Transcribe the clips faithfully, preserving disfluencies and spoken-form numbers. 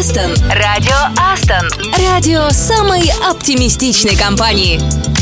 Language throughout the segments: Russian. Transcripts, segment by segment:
Астон. Радио Астон. Радио самой оптимистичной компании.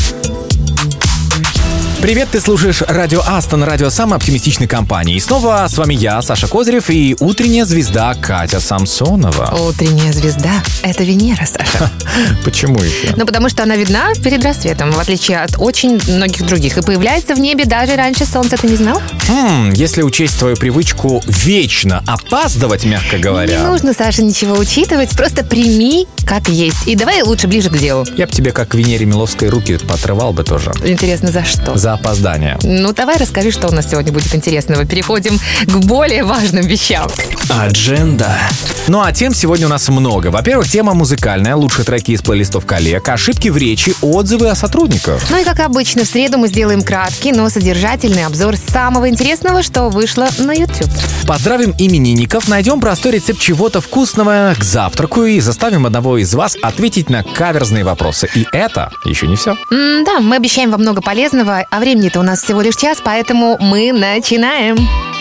Привет, ты слушаешь Радио Астон, радио самой оптимистичной компании. И снова с вами я, Саша Козырев, и утренняя звезда Катя Самсонова. Утренняя звезда — это Венера, Саша. Почему еще? Ну, потому что она видна перед рассветом, в отличие от очень многих других. И появляется в небе даже раньше солнца. Ты не знал? Хм, если учесть твою привычку вечно опаздывать, мягко говоря. Не нужно, Саша, ничего учитывать. Просто прими как есть. И давай лучше ближе к делу. Я бы тебе, как Венере Миловской, руки поотрывал бы тоже. Интересно, за что? За опоздание. Ну, давай расскажи, что у нас сегодня будет интересного. Переходим к более важным вещам. Адженда. Ну, а тем сегодня у нас много. Во-первых, тема музыкальная, лучшие треки из плейлистов коллег, ошибки в речи, отзывы о сотрудниках. Ну и, как обычно, в среду мы сделаем краткий, но содержательный обзор самого интересного, что вышло на YouTube. Поздравим именинников, найдем простой рецепт чего-то вкусного к завтраку и заставим одного из вас ответить на каверзные вопросы. И это еще не все. М да, мы обещаем вам много полезного, а времени-то у нас всего лишь час, поэтому мы начинаем.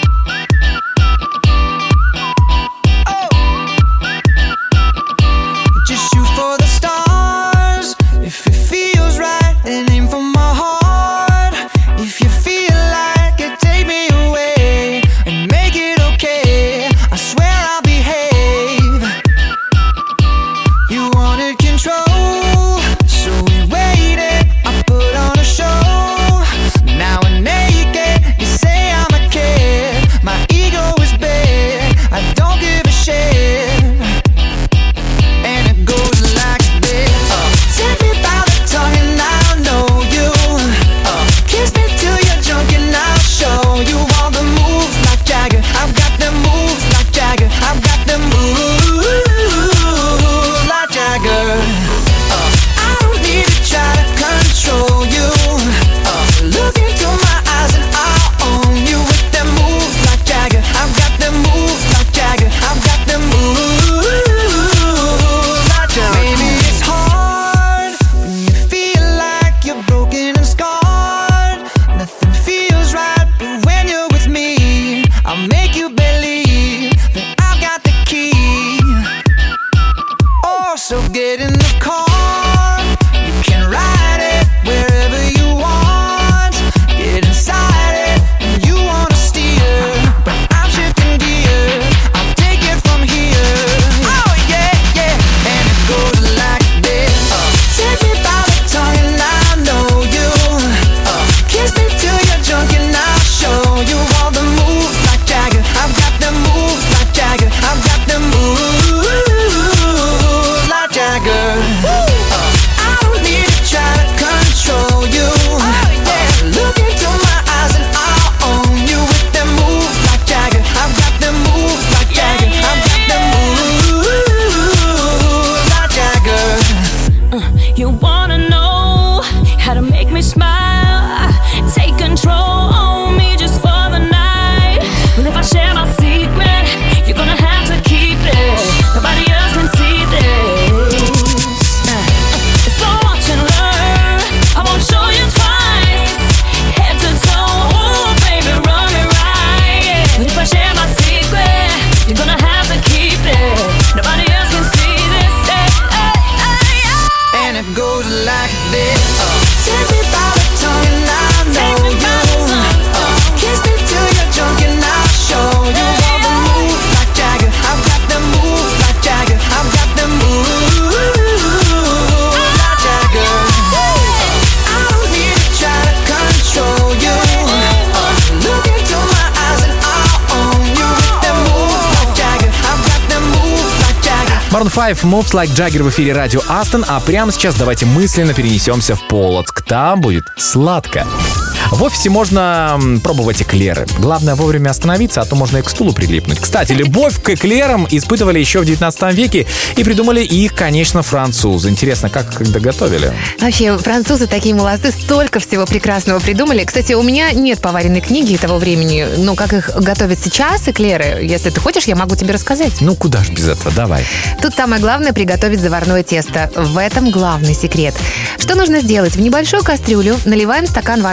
Maroon пять, Moves Like Jagger в эфире радио Астон, а прямо сейчас давайте мысленно перенесемся в Полоцк. Там будет сладко. В офисе можно пробовать эклеры. Главное вовремя остановиться, а то можно и к стулу прилипнуть. Кстати, любовь к эклерам испытывали еще в девятнадцатом веке, и придумали их, конечно, французы. Интересно, как их доготовили? Вообще, французы такие молодцы, столько всего прекрасного придумали. Кстати, у меня нет поваренной книги того времени, но как их готовят сейчас, эклеры, если ты хочешь, я могу тебе рассказать. Ну, куда ж без этого, давай. Тут самое главное — приготовить заварное тесто. В этом главный секрет. Что нужно сделать? В небольшую кастрюлю наливаем стакан воды, добавляем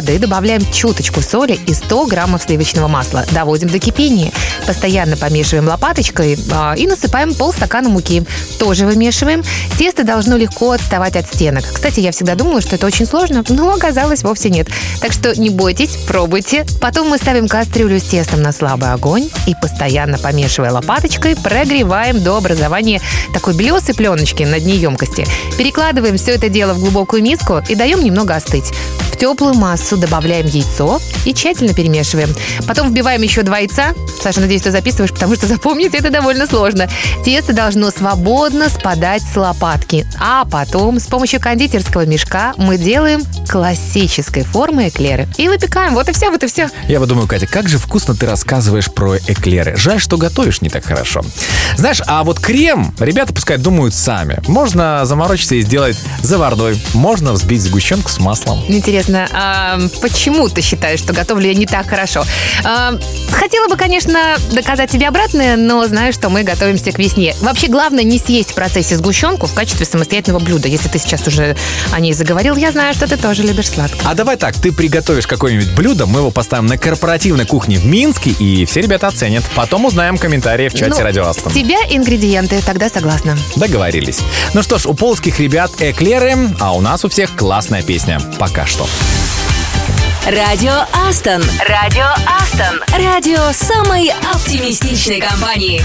добавляем чуточку соли и сто граммов сливочного масла. Доводим до кипения. Постоянно помешиваем лопаточкой а, и насыпаем полстакана муки. Тоже вымешиваем. Тесто должно легко отставать от стенок. Кстати, я всегда думала, что это очень сложно, но оказалось вовсе нет. Так что не бойтесь, пробуйте. Потом мы ставим кастрюлю с тестом на слабый огонь и, постоянно помешивая лопаточкой, прогреваем до образования такой белесой пленочки на дне емкости. Перекладываем все это дело в глубокую миску и даем немного остыть. В теплую массу добавляем яйцо и тщательно перемешиваем. Потом вбиваем еще два яйца. Саша, надеюсь, ты записываешь, потому что запомнить это довольно сложно. Тесто должно свободно спадать с лопатки. А потом с помощью кондитерского мешка мы делаем классической формы эклеры. И выпекаем. Вот и все, вот и все. Я вот думаю, Катя, как же вкусно ты рассказываешь про эклеры. Жаль, что готовишь не так хорошо. Знаешь, а вот крем ребята пускай думают сами. Можно заморочиться и сделать заварной. Можно взбить сгущенку с маслом. Интересно, а почему ты считаешь, что готовлю я не так хорошо? А, хотела бы, конечно, доказать тебе обратное, но знаю, что мы готовимся к весне. Вообще, главное не съесть в процессе сгущенку в качестве самостоятельного блюда. Если ты сейчас уже о ней заговорил, я знаю, что ты тоже любишь сладкое. А давай так, ты приготовишь какое-нибудь блюдо, мы его поставим на корпоративной кухне в Минске, и все ребята оценят. Потом узнаем комментарии в чате ну, Радио Астон. С тебя ингредиенты, тогда согласна. Договорились. Ну что ж, у полских ребят эклеры, а у нас у всех классная песня. Пока что. Радио Астон. Радио Астон. Радио самой оптимистичной компании.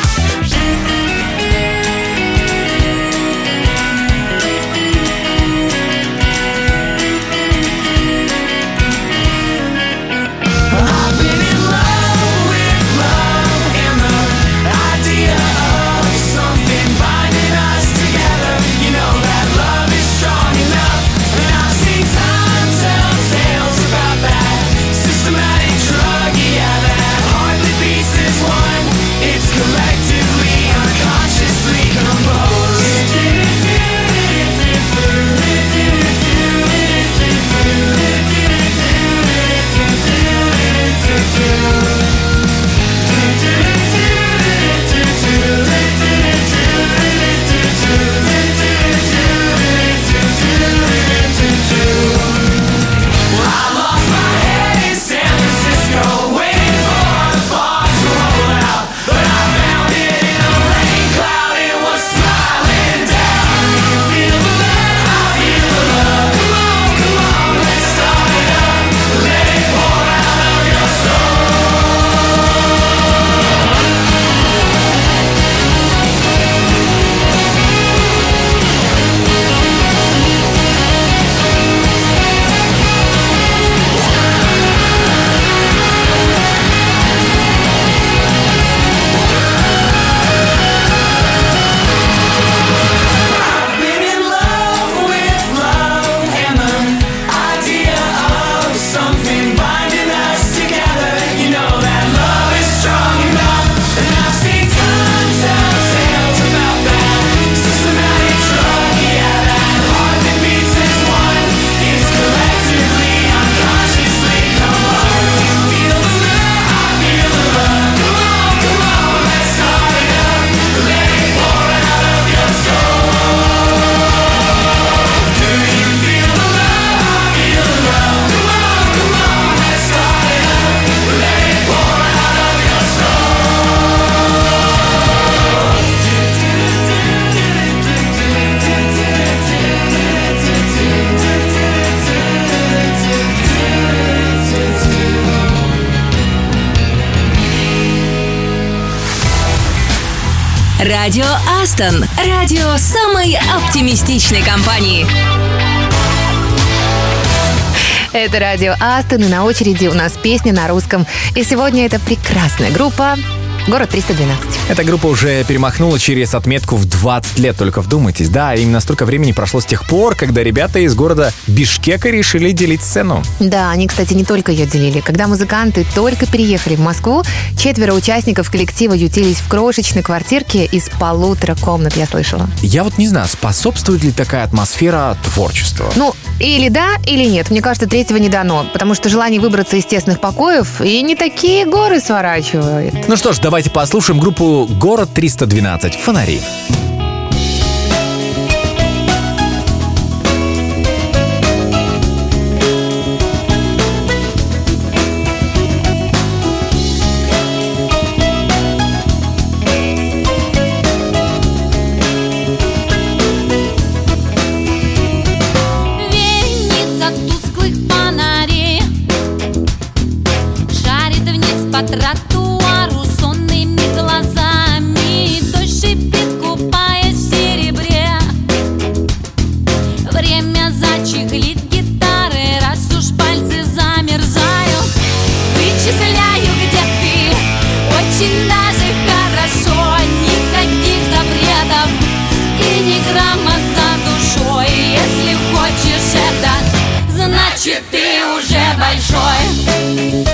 Радио Астон. Радио самой оптимистичной компании. Это Радио Астон, и на очереди у нас песня на русском. И сегодня это прекрасная группа «Город триста двенадцать». Эта группа уже перемахнула через отметку в двадцать лет, только вдумайтесь. Да, именно столько времени прошло с тех пор, когда ребята из города Бишкека решили делить сцену. Да, они, кстати, не только ее делили. Когда музыканты только переехали в Москву, четверо участников коллектива ютились в крошечной квартирке из полутора комнат, я слышала. Я вот не знаю, способствует ли такая атмосфера творчеству? Ну, или да, или нет. Мне кажется, третьего не дано, потому что желание выбраться из тесных покоев и не такие горы сворачивает. Ну что ж, давайте послушаем группу «Город триста двенадцать. Фонари». по тротуару сонными глазами. Дождь шипит, купаясь в серебре. Время зачехлит гитары, раз уж пальцы замерзают. Вычисляю, где ты, очень даже хорошо. Никаких запретов и ни грамма за душой. Если хочешь это, значит ты уже большой.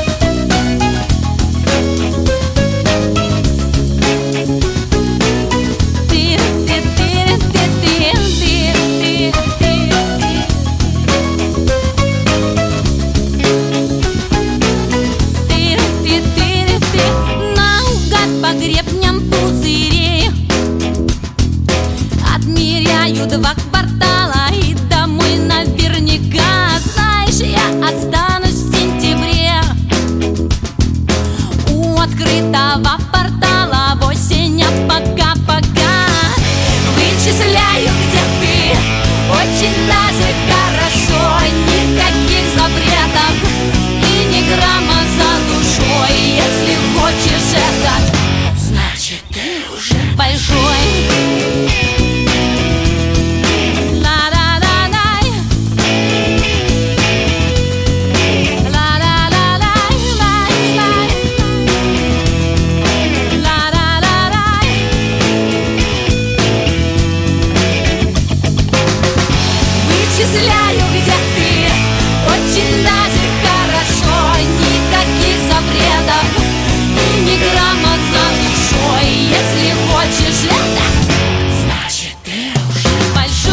Два квартала и домой наверняка. Знаешь, я останусь в сентябре у открытого портала в осень, а пока-пока. Вычисляю, где ты, очень даже хорошо. Никаких запретов и ни грамма за душой. Если хочешь это, значит ты уже большой. Вычисляю, где ты, очень даже хорошо. Никаких запретов и ни грамма за душой. Если хочешь это, значит ты уже большой.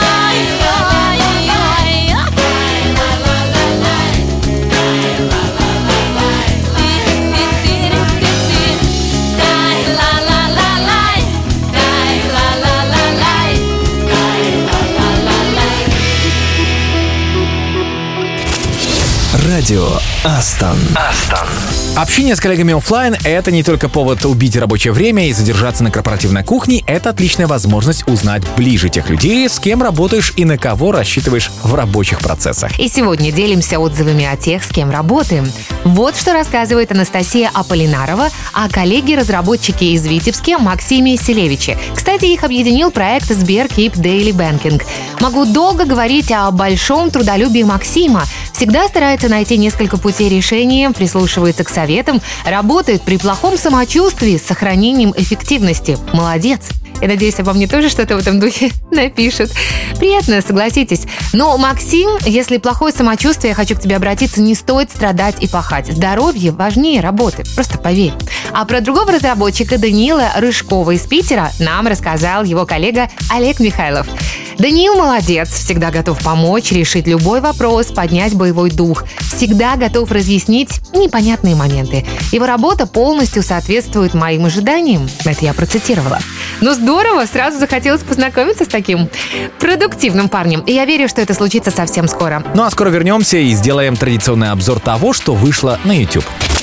Радио Астон. Астон. Общение с коллегами офлайн — это не только повод убить рабочее время и задержаться на корпоративной кухне, это отличная возможность узнать ближе тех людей, с кем работаешь и на кого рассчитываешь в рабочих процессах. И сегодня делимся отзывами о тех, с кем работаем. Вот что рассказывает Анастасия Аполлинарова о коллеге-разработчике из Витебске Максиме Селевиче. Кстати, их объединил проект Сбер Keep Daily Banking. Могу долго говорить о большом трудолюбии Максима. Всегда старается найти несколько путей решения, прислушивается к советам, работает при плохом самочувствии с сохранением эффективности. Молодец! Я надеюсь, обо мне тоже что-то в этом духе напишут. Приятно, согласитесь. Но, Максим, если плохое самочувствие, я хочу к тебе обратиться, не стоит страдать и пахать. Здоровье важнее работы, просто поверь. А про другого разработчика Даниила Рыжкова из Питера нам рассказал его коллега Олег Михайлов. Даниил молодец, всегда готов помочь, решить любой вопрос, поднять боевой дух. Всегда готов разъяснить непонятные моменты. Его работа полностью соответствует моим ожиданиям. Это я процитировала. Ну здорово, сразу захотелось познакомиться с таким продуктивным парнем. И я верю, что это случится совсем скоро. Ну а скоро вернемся и сделаем традиционный обзор того, что вышло на YouTube.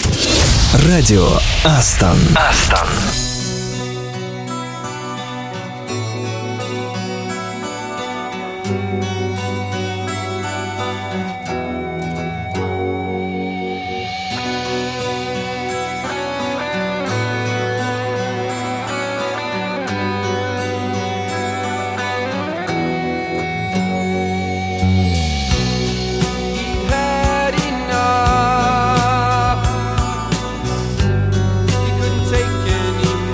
Радио Астон. Астон. Take anymore.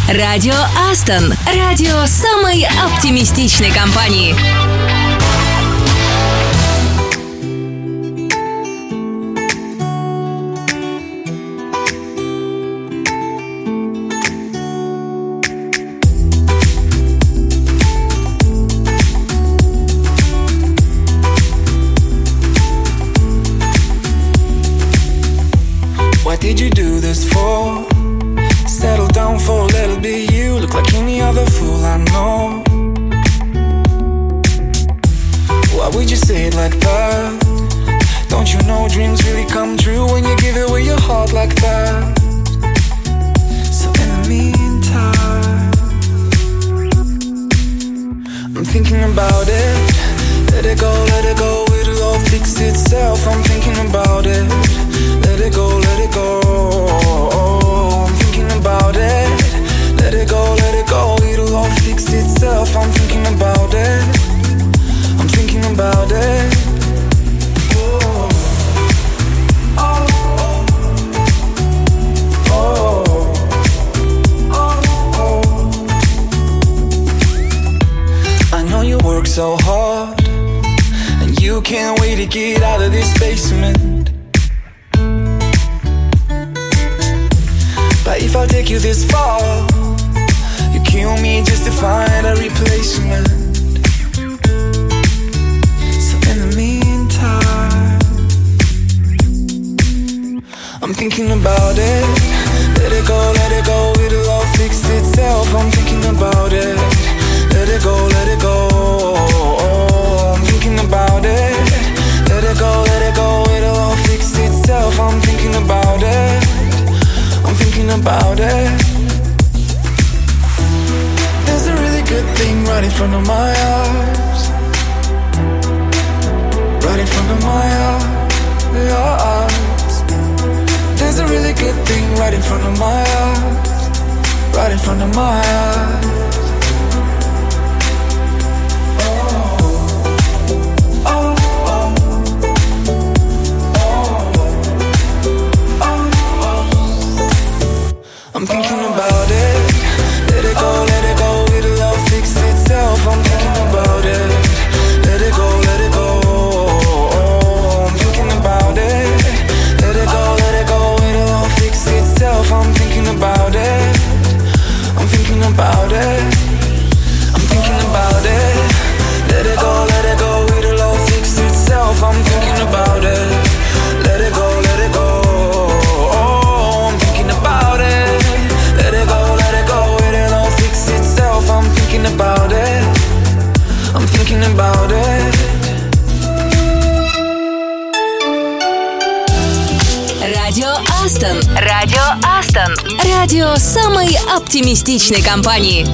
Радио Астон. Радио самой оптимистичной компании. What did you do this for? Settle down for a little bit. You look like any other fool I know. Why would you say it like that? Don't you know dreams really come true when you give away your heart like that? So in the meantime, I'm thinking about it. Let it go, let it go, it'll all fix itself. I'm thinking about it. Let it go, let it go. I'm thinking about it. Let it go, let it go. It'll all fix itself. I'm thinking about it. I'm thinking about it. Oh, oh, oh, oh, oh. I know you work so hard, and you can't wait to get out of this basement. But if I take you this far, you kill me just to find a replacement. So in the meantime, I'm thinking about it. Let it go, let it go, it'll all fix itself. I'm thinking about it. Let it go, let it go. I'm thinking about it. Let it go, let it go, it'll all fix itself. I'm thinking about it. I'm thinking about it. There's a really good thing right in front of my eyes. Right in front of my eyes. There's a really good thing right in front of my eyes. Right in front of my eyes. I'm thinking about it. Let it go, let it go, it'll all fix itself. I'm thinking about it. Let it go, let it go. I'm thinking about it. Let it go, let it go, it'll all fix itself. I'm thinking about it. I'm thinking about it. I'm thinking about it. Let it go, let it go, it'll all fix itself. I'm thinking about it. Let it go, let it go. Oh, I'm thinking about it. Let it go, let it go, it'll all fix itself. I'm thinking about it. I'm thinking about it. Радио Астон. Радио Астон. Радио самой оптимистичной компании.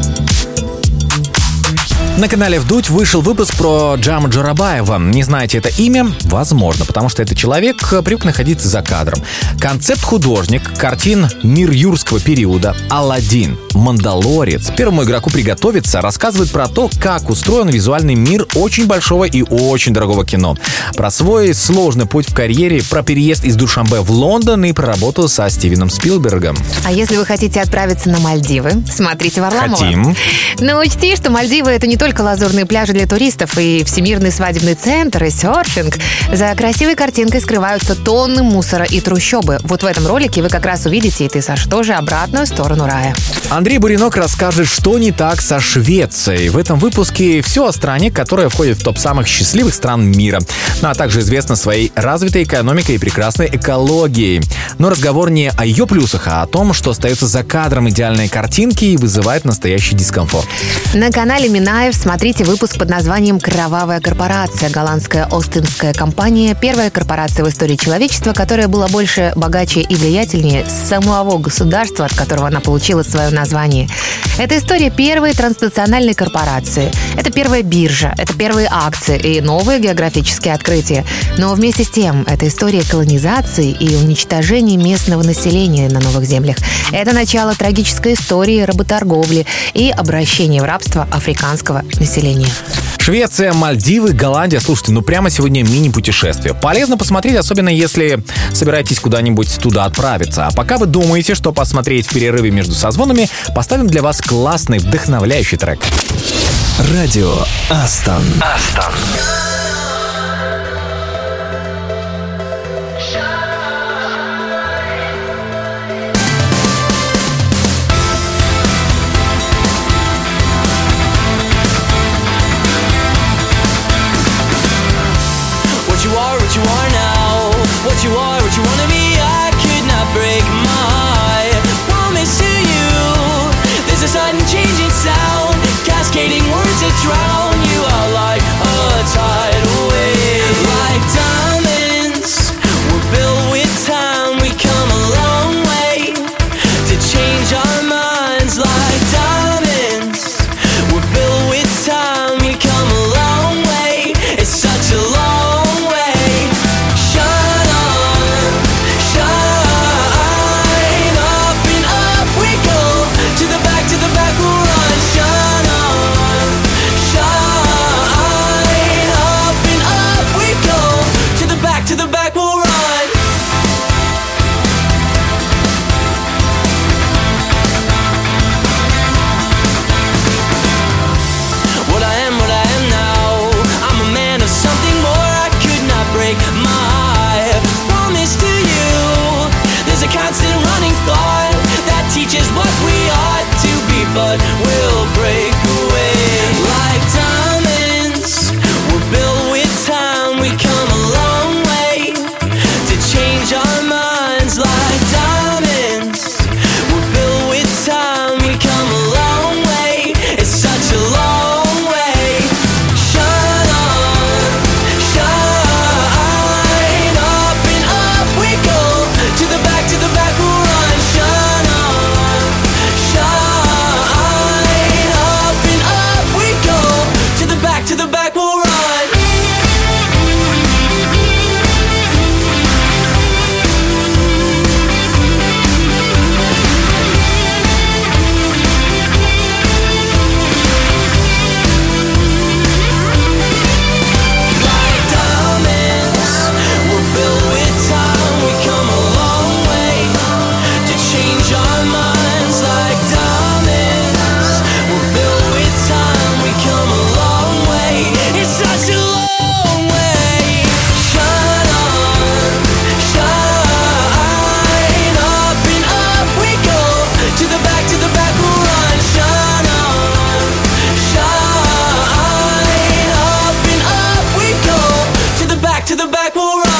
На канале «Вдудь» вышел выпуск про Джама Джорабаева. Не знаете это имя? Возможно, потому что этот человек привык находиться за кадром. Концепт-художник картин «Мир юрского периода», «Аладдин», «Мандалорец». Первому игроку приготовиться рассказывает про то, как устроен визуальный мир очень большого и очень дорогого кино. Про свой сложный путь в карьере, про переезд из Душанбе в Лондон и про работу со Стивеном Спилбергом. А если вы хотите отправиться на Мальдивы, смотрите Варламова. Хотим. Но учти, что Мальдивы — это не только лазурные пляжи для туристов и всемирный свадебный центр и серфинг. За красивой картинкой скрываются тонны мусора и трущобы. Вот в этом ролике вы как раз увидите, и ты, Саш, тоже обратную сторону рая. Андрей Буренок расскажет, что не так со Швецией. В этом выпуске все о стране, которая входит в топ самых счастливых стран мира. Ну, а также известна своей развитой экономикой и прекрасной экологией. Но разговор не о ее плюсах, а о том, что остается за кадром идеальной картинки и вызывает настоящий дискомфорт. На канале Минаев смотрите выпуск под названием «Кровавая корпорация». Голландская остинская компания. Первая корпорация в истории человечества, которая была больше, богаче и влиятельнее самого государства, от которого она получила свое название. Это история первой транснациональной корпорации. Это первая биржа, это первые акции и новые географические открытия. Но вместе с тем, это история колонизации и уничтожения местного населения на новых землях. Это начало трагической истории работорговли и обращения в рабство африканского населения. Швеция, Мальдивы, Голландия. Слушайте, ну прямо сегодня мини-путешествие. Полезно посмотреть, особенно если собираетесь куда-нибудь туда отправиться. А пока вы думаете, что посмотреть в перерыве между созвонами, поставим для вас классный, вдохновляющий трек. Радио Астон. Астон. What you are, what you are now. What you are, what you wanna be. I could not break my promise to you. There's a sudden changing sound, cascading words that drown you out like a tidal wave. Like diamonds, we're built with time. We come a long way to change our minds. Like diamonds, we're built with time. We come a long way. It's such a long way. Shine on, shine. Up and up we go. To the back, to the back we'll run. Shine on, shine. Up and up we go. To the back, to the back we'll run. What I am, what I am now. I'm a man of something more. I could not break my promise to you. There's a constant running thought that teaches what we ought to be, but we'll break away. Like diamonds, we're built with time. We come a long way to change our minds. Like diamonds, we're built with time. We come a long way. It's such a long way. Shine on, shine. Up and up we go. To the back, to the back we'll run. Shine on, shine. Up and up we go. To the back, to the back we'll run. Like diamonds, we're built with time. We come a long way to change our minds. Like diamonds, we're built with time. We come a long way. It's such a long way. Shine on, shine. Up and up we go. To the back, to the back we'll run. Shine on, shine. Up and up we go. To the back, to the back we'll run.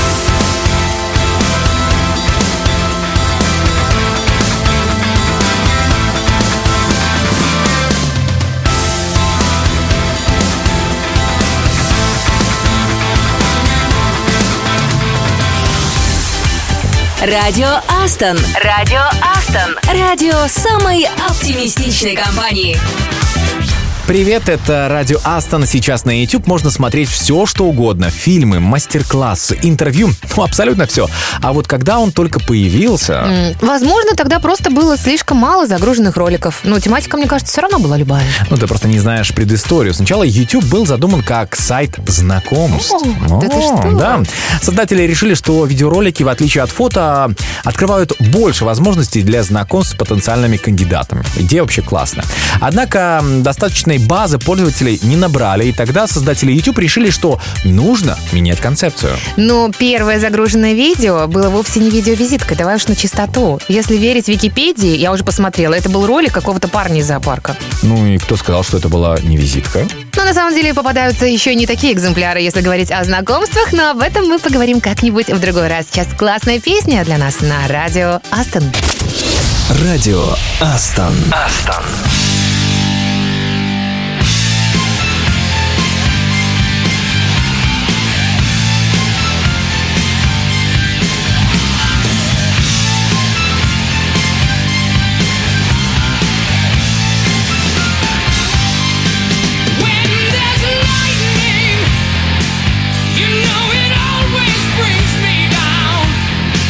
Радио Астон. Радио Астон. Радио самой оптимистичной компании. Привет, это Радио Астон. Сейчас на YouTube можно смотреть все, что угодно. Фильмы, мастер-классы, интервью, ну, абсолютно все. А вот когда он только появился... М, Возможно, тогда просто было слишком мало загруженных роликов. Но тематика, мне кажется, все равно была любая. Ну, ты просто не знаешь предысторию. Сначала YouTube был задуман как сайт знакомств. О, да ты что? Да. Создатели решили, что видеоролики, в отличие от фото, открывают больше возможностей для знакомств с потенциальными кандидатами. Идея вообще классная. Однако достаточной базы пользователей не набрали, и тогда создатели YouTube решили, что нужно менять концепцию. Но первое загруженное видео было вовсе не видеовизиткой. Давай уж на чистоту. Если верить Википедии, я уже посмотрела, это был ролик какого-то парня из зоопарка. Ну и кто сказал, что это была не визитка? Но на самом деле попадаются еще не такие экземпляры, если говорить о знакомствах, но об этом мы поговорим как-нибудь в другой раз. Сейчас классная песня для нас на Радио Астон. Радио Астон. Астон.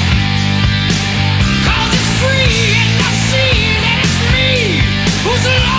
Who's alive?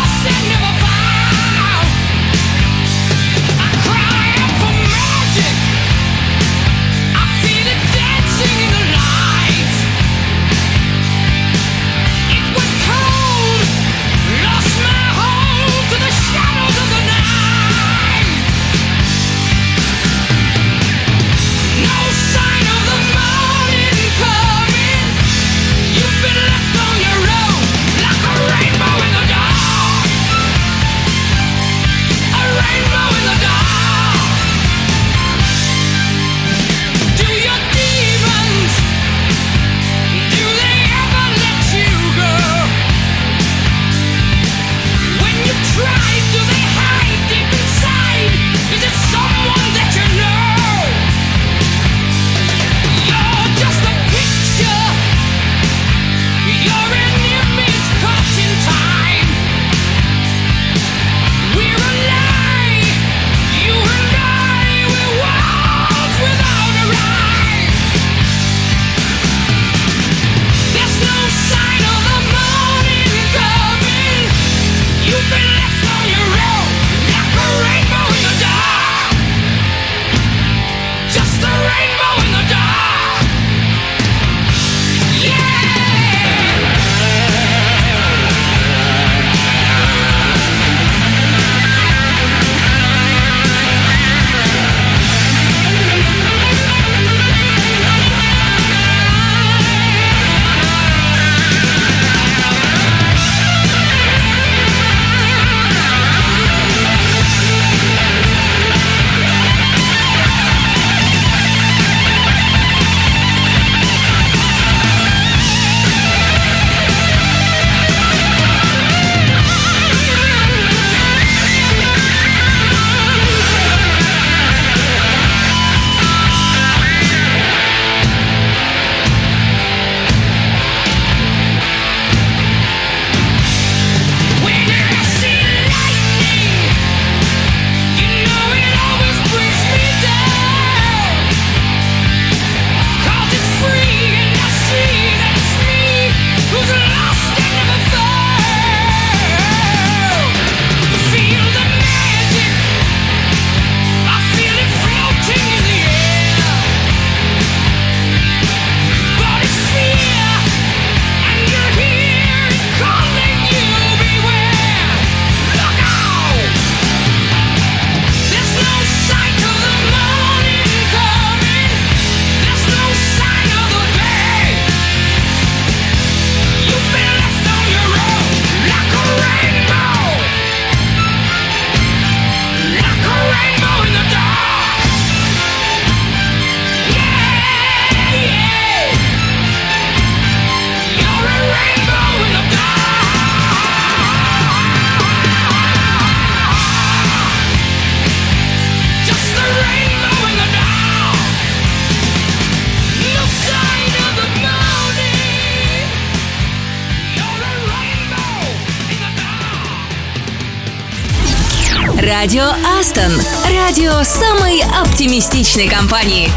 Радио Астон. Радио самой оптимистичной компании.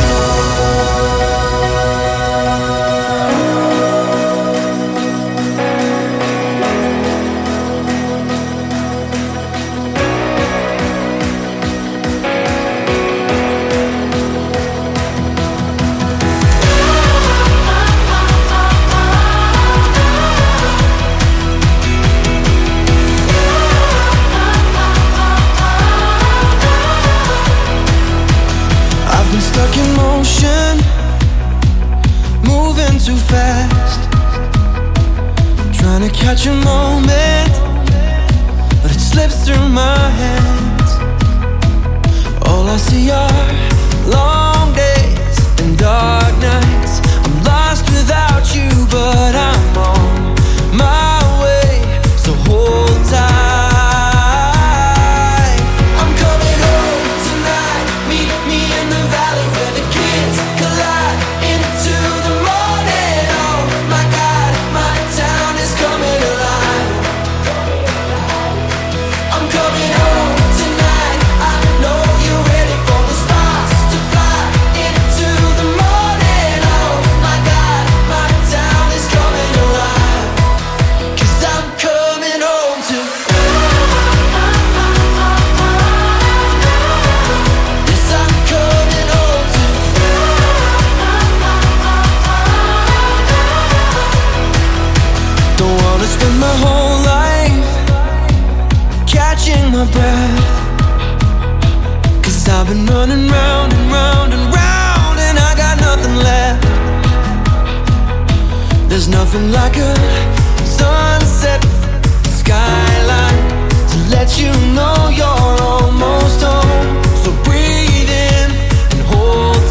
Stuck in motion, moving too fast, trying to catch a moment, but it slips through my hands. All I see are long days and dark nights. I'm lost without you, but I'm on my way, so hold tight. My breath, 'cause I've been running round and round and round, and I got nothing left. There's nothing like a sunset skyline to let you know you're almost home. So breathe in and hold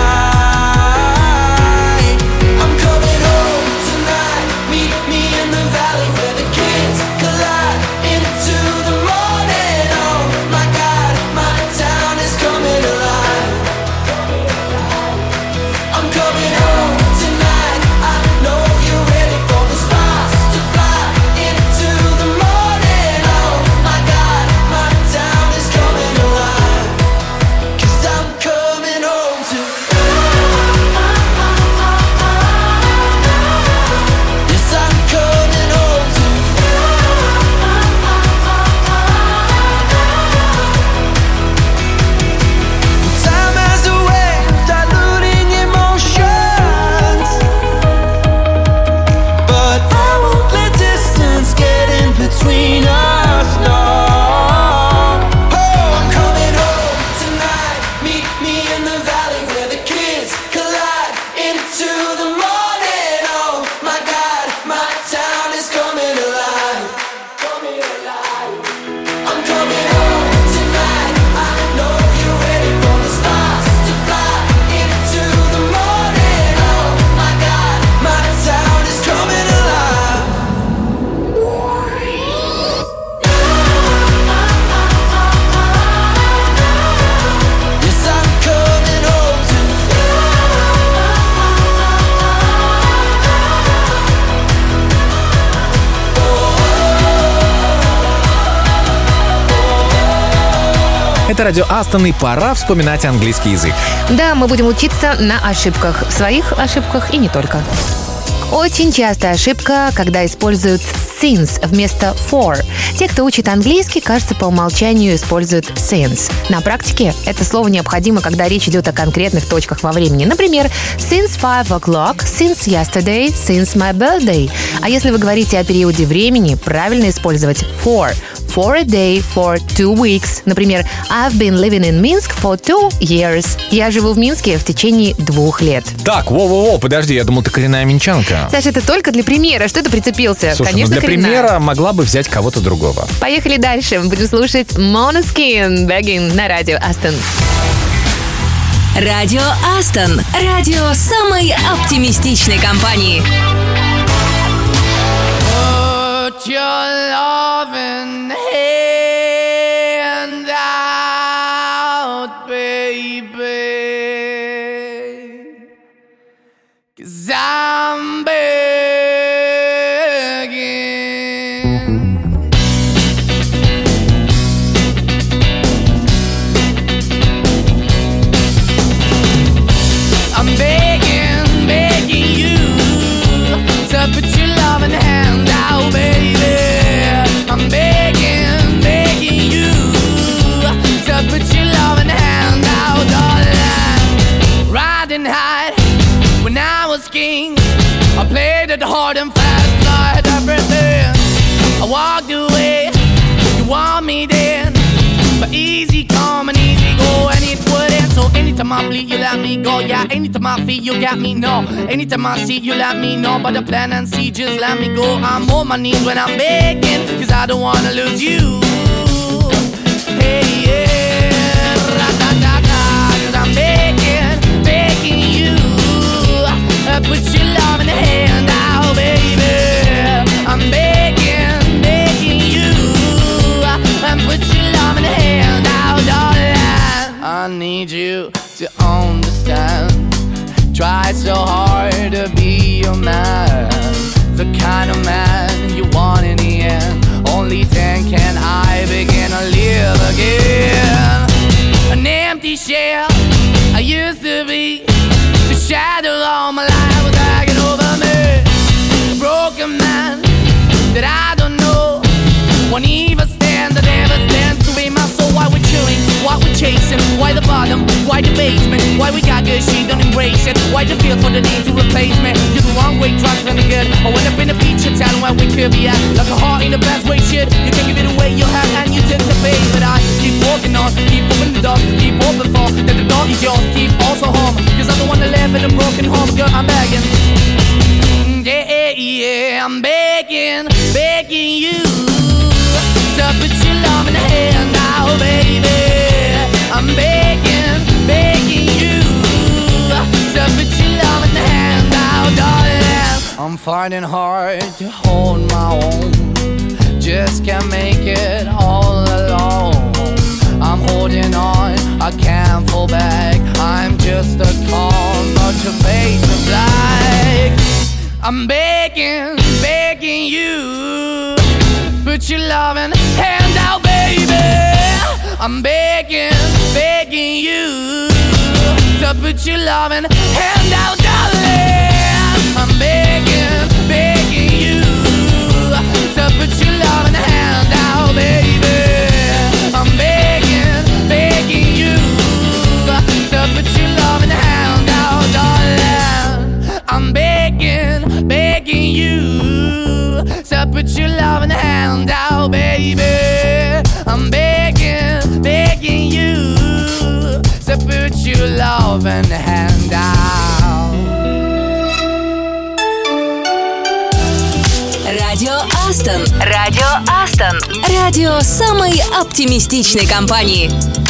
tight. I'm coming home tonight. Meet me in the valley where the kids collide into the morning. Oh my God, my town is coming alive. I'm coming home tonight. I know you're ready for the stars to fly into the morning. Oh my God, my town is coming alive. 'Cause I'm coming home to. Yes, I'm coming home to. Time has a way of diluting emotions, but I won't let distance get in between us, no. Oh, I'm coming home tonight. Meet me in the valley where the kids collide into the morning. Oh my God, my town is coming alive. Coming alive. I'm coming home tonight. I know you're ready for the stars to fly into the morning. Oh my God, my town is coming alive. Yes, I'm coming home to. Это радио Астон, и пора вспоминать английский язык. Да, мы будем учиться на ошибках. В своих ошибках и не только. Очень частая ошибка, когда используют since вместо for. Те, кто учит английский, кажется, по умолчанию используют since. На практике это слово необходимо, когда речь идет о конкретных точках во времени. Например, since five o'clock, since yesterday, since my birthday. А если вы говорите о периоде времени, правильно использовать for. For a day, for two weeks. Например, I've been living in Minsk for two years. Я живу в Минске в течение двух лет. Так, во-во-во, подожди, я думал, ты коренная минчанка. Саша, это только для примера. Что ты прицепился? Слушай, Конечно, ну для коренная. примера могла бы взять кого-то другого. Поехали дальше. Мы будем слушать Måneskin Begging на радио Астон. Радио Астон. Радио самой оптимистичной компании. Put your loving hand out, baby, 'cause I'm begging. everything. I walked away, you want me then, but easy come and easy go, and it wouldn't. So anytime I bleed, you let me go. Yeah, anytime I feel, you got me, no. Anytime I see, you let me know. But the plan and see, just let me go. I'm on my knees when I'm begging, cause I don't wanna lose you. Hey, yeah, ra-da-da-da, cause I'm begging, begging you. Uh, put your love in the hand out, baby. I'm begging, begging you. Uh, put your love in the hand out, darling. I need you to understand. Try so hard to be your man, the kind of man you want in the end. Only then can I begin to live again. An empty shell I used to be, the shadow all my life was hanging over me. A broken man that I don't know won't even stand, that never stands to be my soul. Why we're chilling, why we're chasing, why the bottom, why the basement, why we got good, she don't embrace it, why the feel for the need to replace me. You're the wrong way, trying to good. I went up in the feature town where we could be at, like a heart in the best way, shit. You can give it away, you have, and you take the bait. But I keep walking on, keep open the door, keep open for that the door is yours, keep also home, cause I'm the one that live in a broken home. Girl, I'm begging, yeah, yeah, I'm begging, begging you to put your love in the hand now, baby. I'm begging, begging you to put your love in the hand now, darling. I'm finding hard to hold my own, just can't make it all alone. I'm holding on, I can't fall back. I'm just a call, not your face of black. I'm begging, begging you, put your loving hand out, baby. I'm begging, begging you to put your loving hand out, darling. I'm begging, begging you to put your loving hand out, baby. I'm begging, begging you to put your loving hand out, darling. I'm begging, begging you to put your loving hand out, baby. I'm begging, begging you to put your loving hand out. Радио Астон. Радио Астон. Радио самой оптимистичной компании.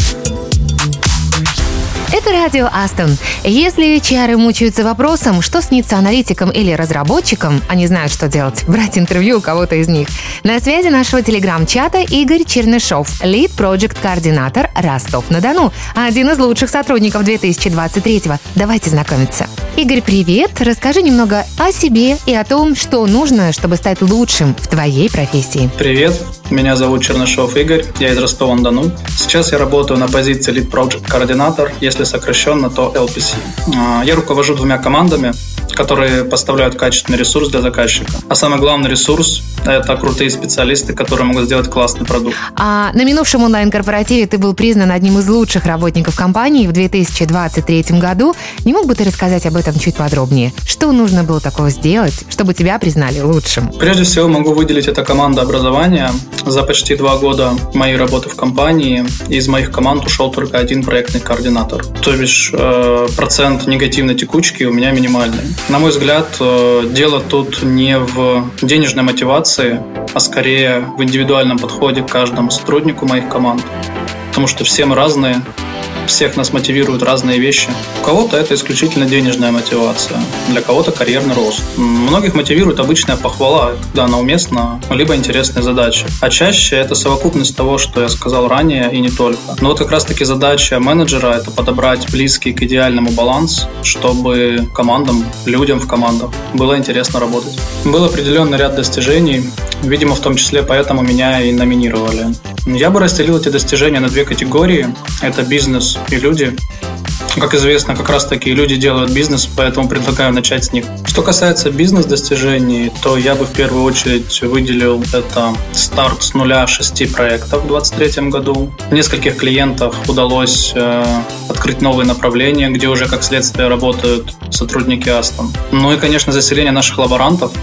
Это радио Астон. Если эйч ар мучаются вопросом, что снится аналитикам или разработчикам, они знают, что делать. Брать интервью у кого-то из них. На связи нашего телеграм-чата Игорь Чернышов, лид-проджект-координатор Ростов-на-Дону, один из лучших сотрудников две тысячи двадцать третьего. Давайте знакомиться. Игорь, привет. Расскажи немного о себе и о том, что нужно, чтобы стать лучшим в твоей профессии. Привет. Меня зовут Чернышов Игорь, я из Ростова-на-Дону. Сейчас я работаю на позиции лид-проджект-координатор, если сокращенно, то эл пи си. Я руковожу двумя командами, которые поставляют качественный ресурс для заказчика. А самый главный ресурс – это крутые специалисты, которые могут сделать классный продукт. А на минувшем онлайн-корпоративе ты был признан одним из лучших работников компании в две тысячи двадцать третьем году. Не мог бы ты рассказать об этом чуть подробнее? Что нужно было такого сделать, чтобы тебя признали лучшим? Прежде всего могу выделить это командообразование. За почти два года моей работы в компании из моих команд ушел только один проектный координатор. То бишь э, процент негативной текучки у меня минимальный. На мой взгляд, э, дело тут не в денежной мотивации, а скорее в индивидуальном подходе к каждому сотруднику моих команд. Потому что все мы разные, всех нас мотивируют разные вещи. У кого-то это исключительно денежная мотивация, для кого-то карьерный рост. Многих мотивирует обычная похвала, когда она уместна, либо интересные задачи. А чаще это совокупность того, что я сказал ранее, и не только. Но вот как раз-таки задача менеджера – это подобрать близкий к идеальному баланс, чтобы командам, людям в командах было интересно работать. Был определенный ряд достижений, видимо, в том числе поэтому меня и номинировали. Я бы разделил эти достижения на две категории. Это бизнес и люди. Как известно, как раз таки люди делают бизнес, поэтому предлагаю начать с них. Что касается бизнес-достижений, то я бы в первую очередь выделил это старт с нуля шести проектов в двадцать третьем году. В нескольких клиентах удалось э, открыть новые направления, где уже как следствие работают сотрудники Астон. Ну и, конечно, заселение наших лаборантов.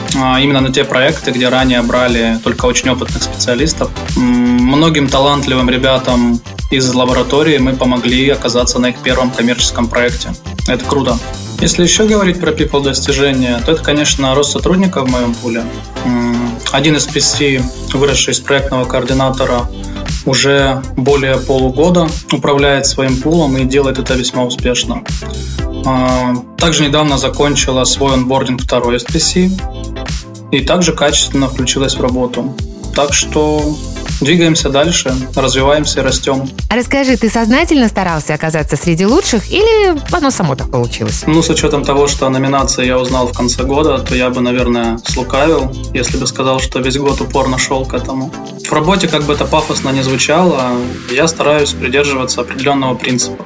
именно на те проекты, где ранее брали только очень опытных специалистов. Многим талантливым ребятам из лаборатории мы помогли оказаться на их первом коммерческом проекте. Это круто. Если еще говорить про people достижения, то это, конечно, рост сотрудников в моем пуле. Один из пи си, выросший из проектного координатора, уже более полугода управляет своим пулом и делает это весьма успешно. Также недавно закончила свой онбординг второй из пи си и также качественно включилась в работу. Так что двигаемся дальше, развиваемся и растем. А расскажи, ты сознательно старался оказаться среди лучших или оно само так получилось? Ну, с учетом того, что номинации я узнал в конце года, то я бы, наверное, слукавил, если бы сказал, что весь год упорно шел к этому. В работе, как бы это пафосно ни звучало, я стараюсь придерживаться определенного принципа.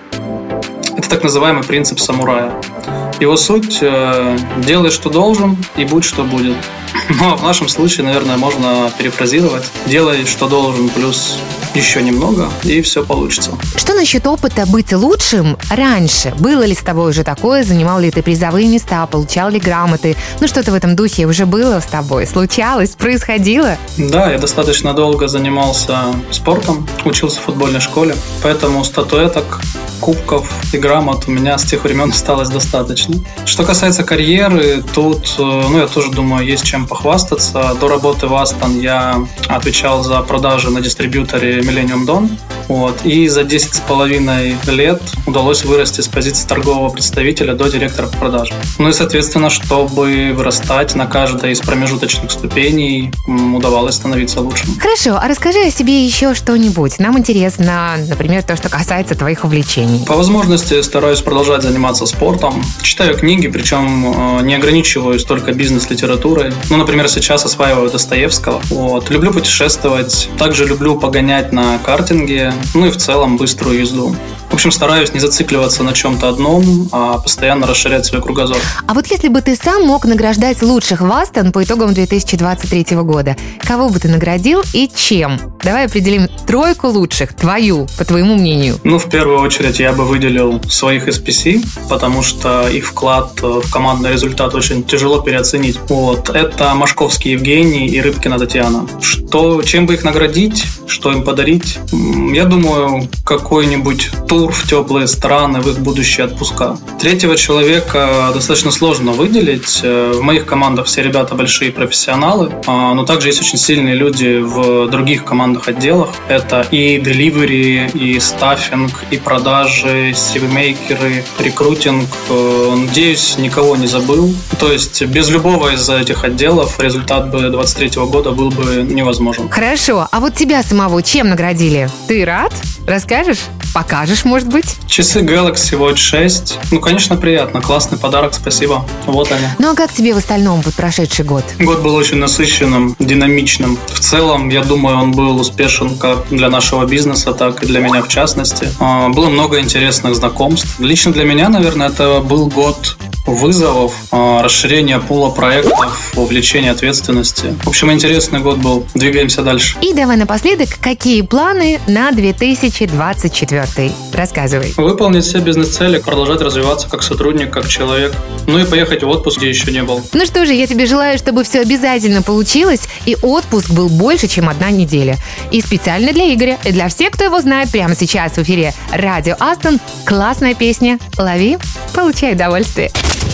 Это так называемый принцип самурая. Его суть э, – делай, что должен, и будь, что будет. Но в нашем случае, наверное, можно перефразировать. Делай, что должен, плюс еще немного, и все получится. Что насчет опыта быть лучшим раньше? Было ли с тобой уже такое? Занимал ли ты призовые места? Получал ли грамоты? Ну, что-то в этом духе уже было с тобой? Случалось? Происходило? Да, я достаточно долго занимался спортом, учился в футбольной школе, поэтому статуэток, кубков и грамот у меня с тех времен осталось достаточно. Что касается карьеры, тут, ну, я тоже думаю, есть чем похвастаться. До работы в Астон я отвечал за продажи на дистрибьюторе Millennium Dawn. Вот, и за десять с половиной лет удалось вырасти с позиции торгового представителя до директора по продажам. Ну и, соответственно, чтобы вырастать на каждой из промежуточных ступеней, удавалось становиться лучшим. Хорошо, а расскажи о себе еще что-нибудь. Нам интересно, например, то, что касается твоих увлечений. По возможности стараюсь продолжать заниматься спортом. Читаю книги, причем не ограничиваюсь только бизнес-литературой. Ну, например, сейчас осваиваю Достоевского. Вот. Люблю путешествовать. Также люблю погонять на картинге. Ну и в целом быструю езду. В общем, стараюсь не зацикливаться на чем-то одном, а постоянно расширять свой кругозор. А вот если бы ты сам мог награждать лучших в Астон по итогам две тысячи двадцать третьего года, кого бы ты наградил и чем? Давай определим тройку лучших, твою, по твоему мнению. Ну, в первую очередь, я бы выделил своих из пи си, потому что их вклад в командный результат очень тяжело переоценить. Вот. Это Машковский Евгений и Рыбкина Татьяна. Что, чем бы их наградить, что им подарить? Я думаю, какой-нибудь тур в теплые страны, в их будущие отпуска. Третьего человека достаточно сложно выделить. В моих командах все ребята большие профессионалы, но также есть очень сильные люди в других командных отделах. Это и деливери, и стаффинг, и продажи, сивмейкеры, рекрутинг. Надеюсь, никого не забыл. То есть без любого из этих отделов результат бы двадцать третьего года был бы невозможен. Хорошо, а вот тебя самого чем наградили? Ты рад? Расскажешь? Покажешь, может быть? Часы Galaxy Watch шесть. Ну, конечно, приятно. Классный подарок, спасибо. Вот они. Ну, а как тебе в остальном вот прошедший год? Год был очень насыщенным, динамичным. В целом, я думаю, он был успешен как для нашего бизнеса, так и для меня в частности. Было много интересных знакомств. Лично для меня, наверное, это был год вызовов, расширения пула проектов, увеличения ответственности. В общем, интересный год был. Двигаемся дальше. И давай напоследок, какие планы на две тысячи двадцать четвёртый? Рассказывай. Выполнить все бизнес-цели, продолжать развиваться как сотрудник, как человек. Ну и поехать в отпуск, где еще не был. Ну что же, я тебе желаю, чтобы все обязательно получилось, и отпуск был больше, чем одна неделя. И специально для Игоря, и для всех, кто его знает, прямо сейчас в эфире Радио Астон. Классная песня. Лови, получай удовольствие.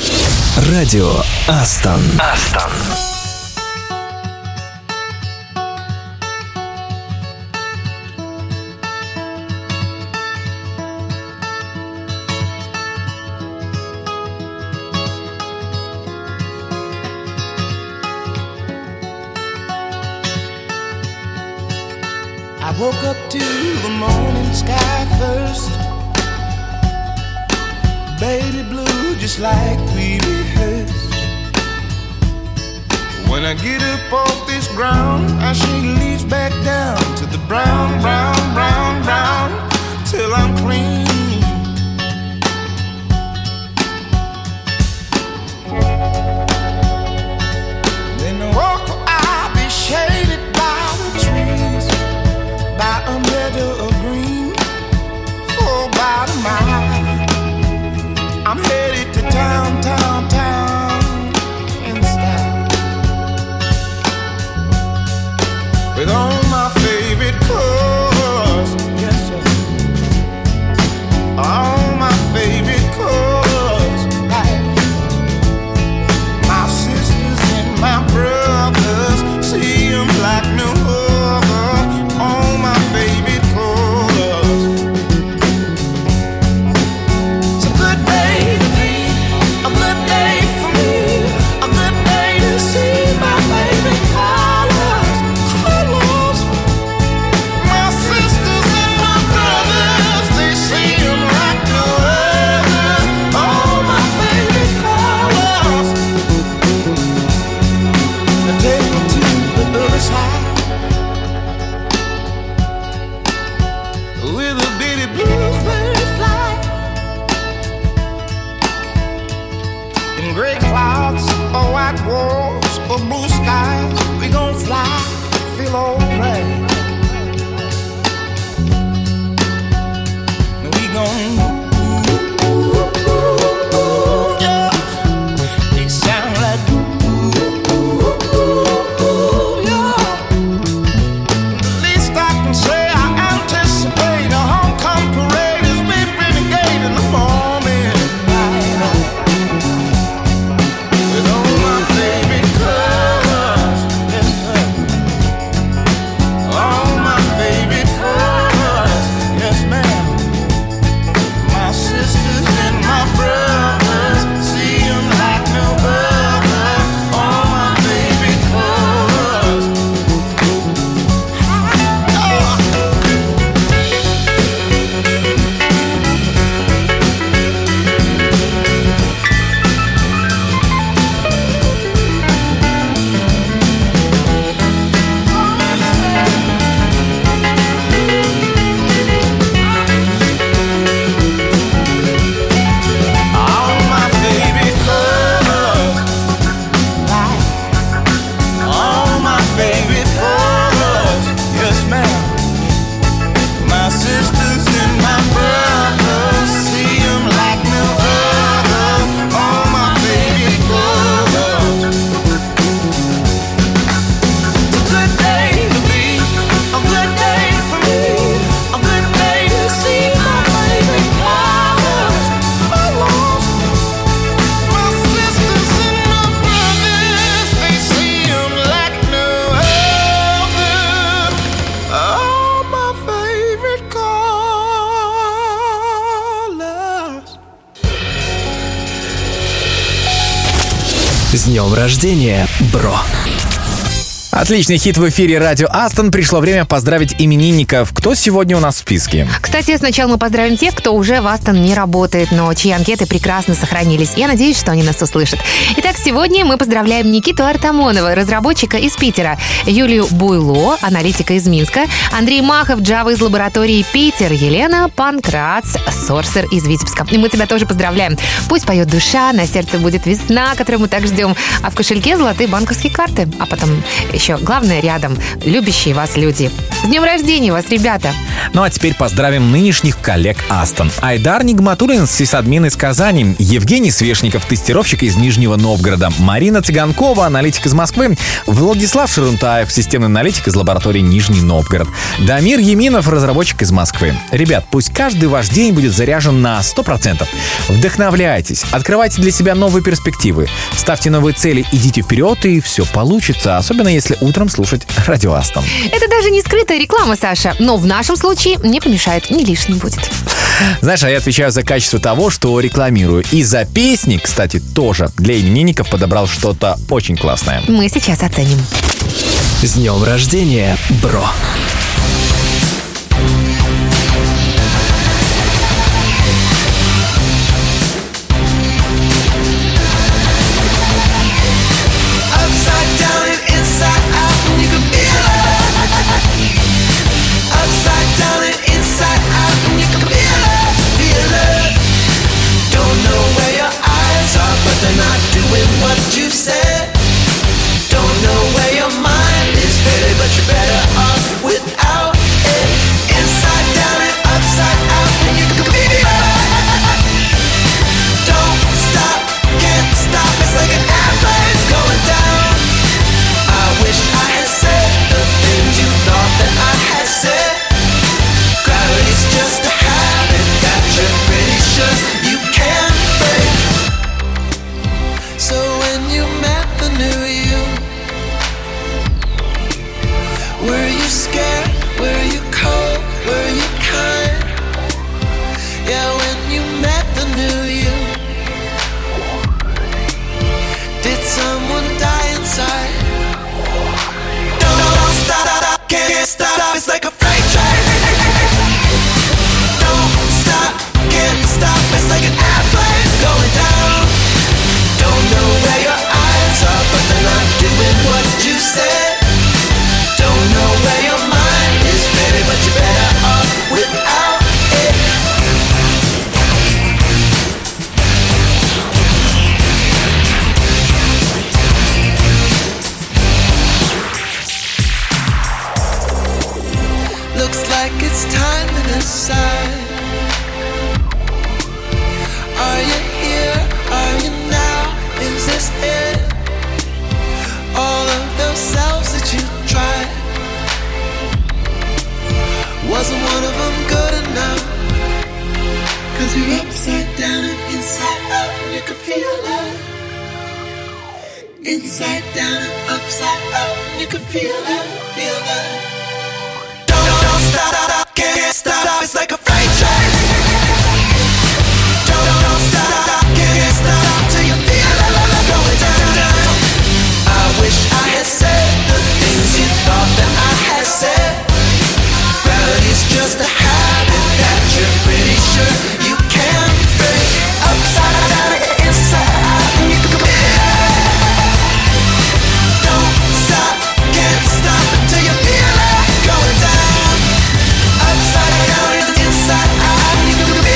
Радио Астон. Астон. I woke up to the morning sky first. Baby blue, just like we rehearsed. When I get up off this ground, I shake leaves back down to the brown, brown, brown, brown, till I'm clean. Then I walk where I'll be shaded by the trees, by a meadow of green, for about a mile. I'm headed to town, town, town in style. with all my favorite colors. Yes, sir. All my favorite colors. Right. My sisters and my brothers, see them like no other. All my favorite colors. It's a good day to be, a good day for me, a good day to see my favorite colors. Colors. My sisters and my brothers, they see them like no other. All my favorite colors. Now take me to the other side, with a bitty bluebird fly, in gray clouds or white walls or blue skies, we gon' fly, feel alright. We gon' ooh, ooh, ooh, ooh, yeah. They sound like ooh, ooh, ooh, ooh, yeah. The least I can say, I anticipate a homecoming parade as we renegade in the morning light, with all my favorite colors. Yes, sir. All my favorite colors. Yes, ma'am. My sisters and my brothers, see them like no other. All my favorite colors. All my favorite colors. Right. All my favorite colors. Yes, ma'am. My sisters and my brothers, see them like no other. All my favorite colors. It's a good day to be, a good day for me, a good day to see my favorite colors. Colors. My sisters and my brothers, they see them like no other. All my favorite colors. С днем рождения, бро! Отличный хит в эфире радио Астон. Пришло время поздравить именинников. Кто сегодня у нас в списке? Кстати, сначала мы поздравим тех, кто уже в Астон не работает, но чьи анкеты прекрасно сохранились. Я надеюсь, что они нас услышат. Итак, сегодня мы поздравляем Никиту Артамонова, разработчика из Питера, Юлию Буйло, аналитика из Минска, Андрей Махов, Java из лаборатории Питер, Елена Панкрац, Сорсер из Витебска. И мы тебя тоже поздравляем. Пусть поет душа, на сердце будет весна, которую мы так ждем, а в кошельке золотые банковские карты. А потом еще главное рядом любящие вас люди. С днем рождения вас, ребята! Ну а теперь поздравим нынешних коллег Астон. Айдар Нигматуллин, сисадмин из Казани, Евгений Свешников, тестировщик из Нижнего Новгорода, Марина Цыганкова, аналитик из Москвы, Владислав Шарунтаев, системный аналитик из лаборатории Нижний Новгород, Дамир Еминов, разработчик из Москвы. Ребят, пусть каждый ваш день будет заряжен на сто процентов. Вдохновляйтесь, открывайте для себя новые перспективы, ставьте новые цели, идите вперед, и все получится, особенно если утром слушать радио Астон. Это даже не скрытая реклама, Саша, но в нашем случае не помешает, не лишним будет. Знаешь, а я отвечаю за качество того, что рекламирую. И за песни, кстати, тоже для именинников подобрал что-то очень классное. Мы сейчас оценим. С днем рождения, бро! They're not doing what you said. Don't know where your mind is, baby, but you're better off with it's time to decide. Are you here? Are you now? Is this it? All of those selves that you tried, wasn't one of them good enough? Cause you're upside down and inside out, and you can feel it. Inside down and upside out, and you can feel it, feel it. Don't, don't stop, stop, can't stop, it's like a freight train. Don't, don't stop, stop, can't stop, till you feel it going down, down. I wish I had said the things you thought that I had said. Gravity's just a habit that you're pretty sure you can't break. Upside down, inside out, and you can go. Don't stop, can't stop until you feel it going down. Upside down, inside out, and you can go.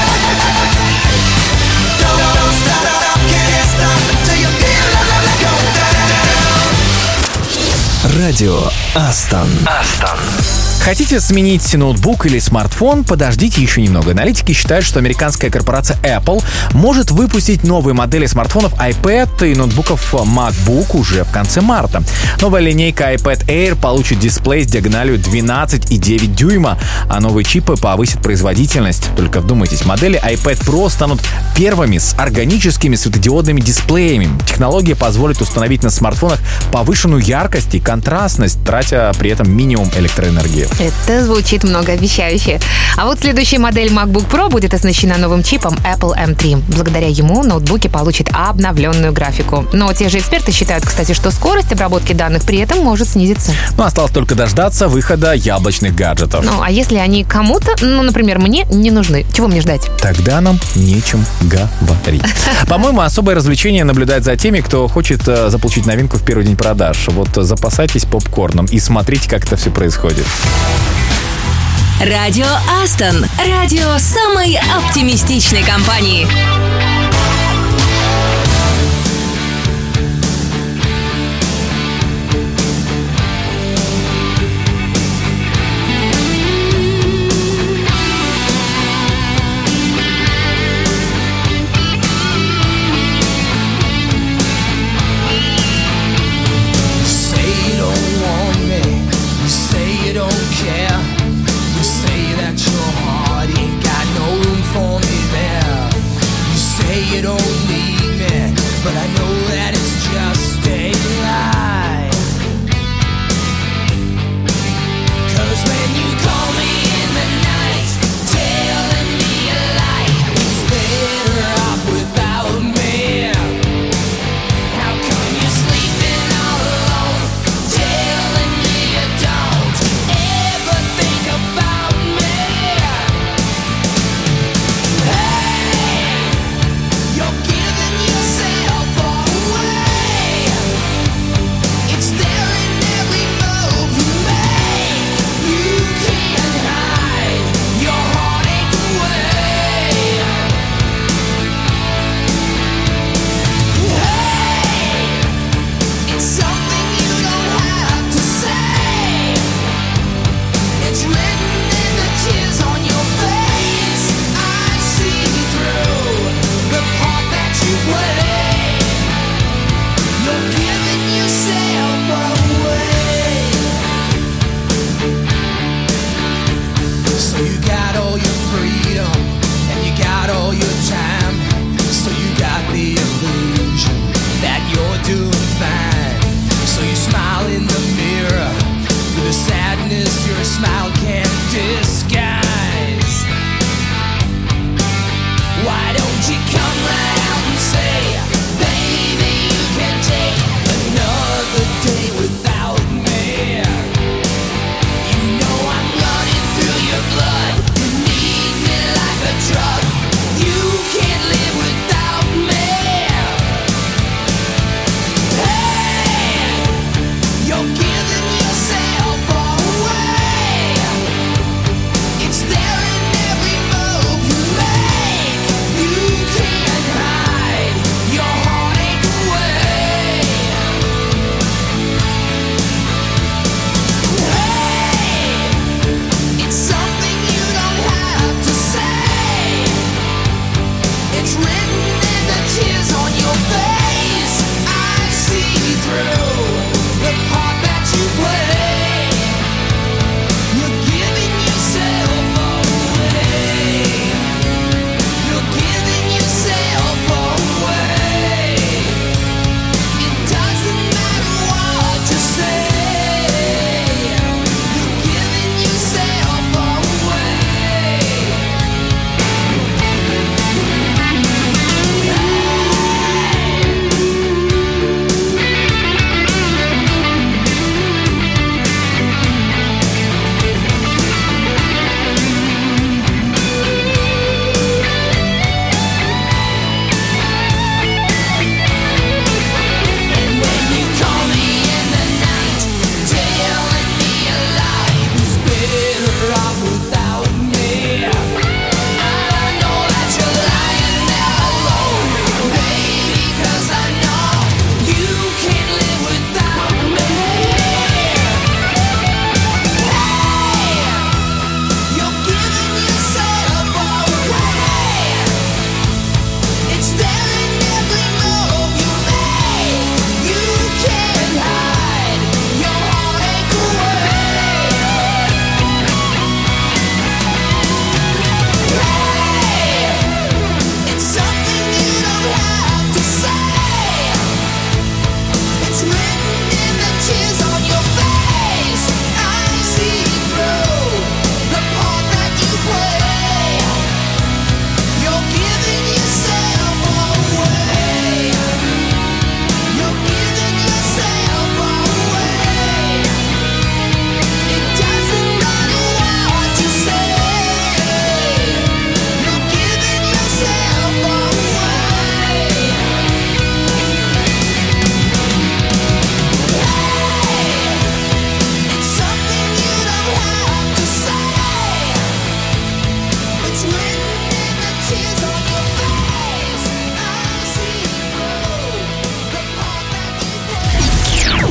Don't, don't stop, can't stop until you feel it going down. Радио Астон. Астон. Хотите сменить ноутбук или смартфон? Подождите еще немного. Аналитики считают, что американская корпорация Apple может выпустить новые модели смартфонов iPad и ноутбуков MacBook уже в конце марта. Новая линейка iPad Air получит дисплей с диагональю двенадцать и девять дюйма, а новые чипы повысят производительность. Только вдумайтесь, модели iPad Pro станут первыми с органическими светодиодными дисплеями. Технология позволит установить на смартфонах повышенную яркость и контрастность, тратя при этом минимум электроэнергии. Это звучит многообещающе. А вот следующая модель MacBook Pro будет оснащена новым чипом Apple эм три. Благодаря ему ноутбуки получат обновленную графику. Но те же эксперты считают, кстати, что скорость обработки данных при этом может снизиться. Ну, осталось только дождаться выхода яблочных гаджетов. Ну, а если они кому-то, ну, например, мне, не нужны, чего мне ждать? Тогда нам нечем говорить. По-моему, особое развлечение наблюдать за теми, кто хочет заполучить новинку в первый день продаж. Вот запасайтесь попкорном и смотрите, как это все происходит. Радио Астон. Радио самой оптимистичной компании. You say that your heart ain't got no room for me there. You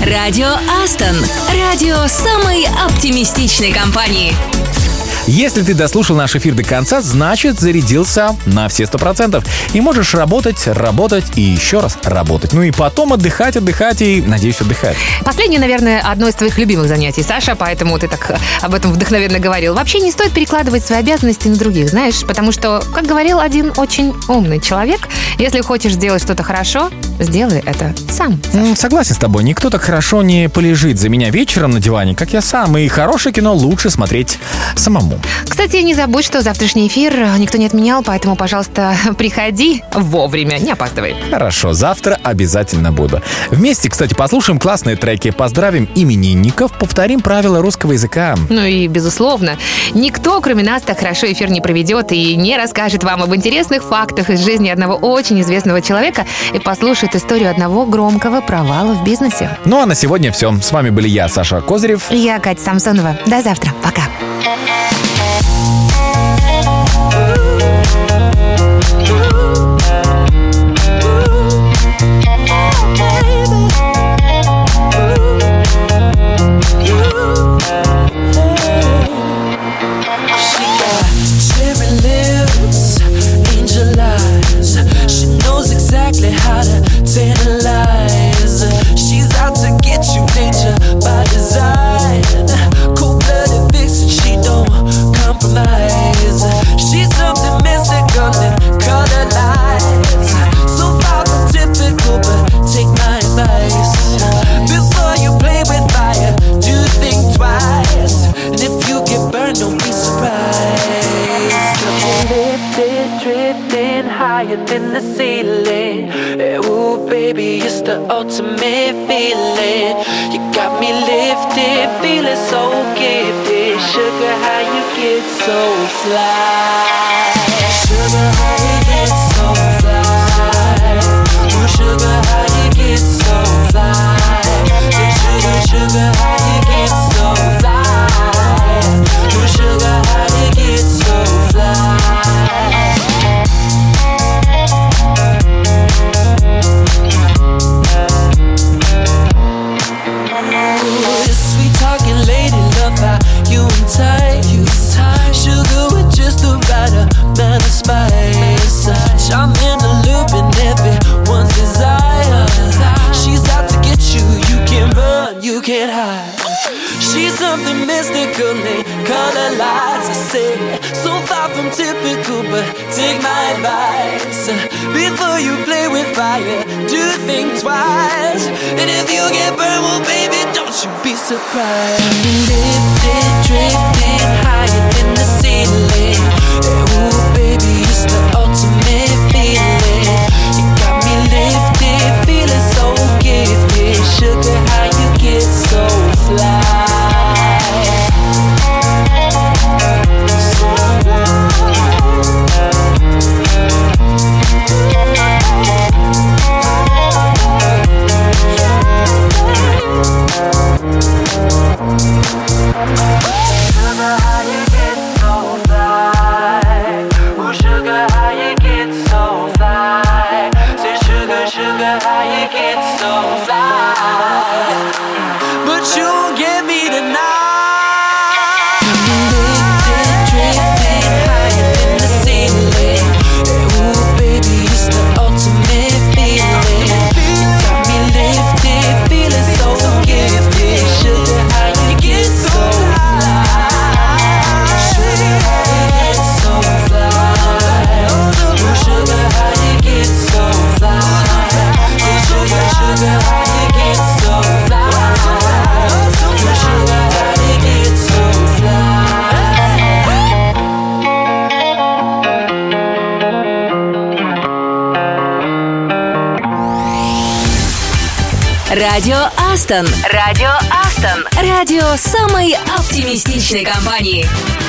Радио Астон. Радио самой оптимистичной компании. Если ты дослушал наш эфир до конца, значит, зарядился на все сто процентов. И можешь работать, работать и еще раз работать. Ну и потом отдыхать, отдыхать и, надеюсь, отдыхать. Последнее, наверное, одно из твоих любимых занятий, Саша, поэтому ты так об этом вдохновенно говорил. Вообще не стоит перекладывать свои обязанности на других, знаешь, потому что, как говорил один очень умный человек, если хочешь сделать что-то хорошо, сделай это сам. М, Согласен с тобой, никто так хорошо не полежит за меня вечером на диване, как я сам. И хорошее кино лучше смотреть самому. Кстати, не забудь, что завтрашний эфир никто не отменял, поэтому, пожалуйста, приходи вовремя, не опаздывай. Хорошо, завтра обязательно буду. Вместе, кстати, послушаем классные треки, поздравим именинников, повторим правила русского языка. Ну и, безусловно, никто, кроме нас, так хорошо эфир не проведет и не расскажет вам об интересных фактах из жизни одного очень известного человека и послушает историю одного громкого провала в бизнесе. Ну а на сегодня все. С вами были я, Саша Козырев. И я, Катя Самсонова. До завтра. Пока. Exactly how to tantalize. She's out to get you, danger by design. Cold-blooded vixen, she don't compromise. She's something mystical and color lights. So far from typical, but take my advice. Before you play with fire, do think twice. And if you get burned, don't be surprised. Lifted, drifting higher than the ceiling. Ooh, baby, it's the ultimate feeling. You got me lifted, feeling so gifted. Sugar, how you get so fly? Sugar, how you get so fly? Ooh, sugar, how you get so fly? Hey, sugar, sugar, how you get so fly? Ooh, sugar, how you get so fly? Sweet talking lady, love how you entice. Sugar with just the right amount of spice. I'm in the loop and everyone's desire. She's out to get you, you can't run, you can't hide. She's something mystical, they color lights. I say, so far from typical, but take my advice. Before you play with fire, do think twice. And if you get burned, well baby, don't you be surprised. Lifted, drifting higher than the ceiling. Ooh baby, it's the ultimate feeling. You got me lifted, feeling so gifted. Sugar, how you get so fly? Радио Астон. Радио Астон. Радио самой оптимистичной компании.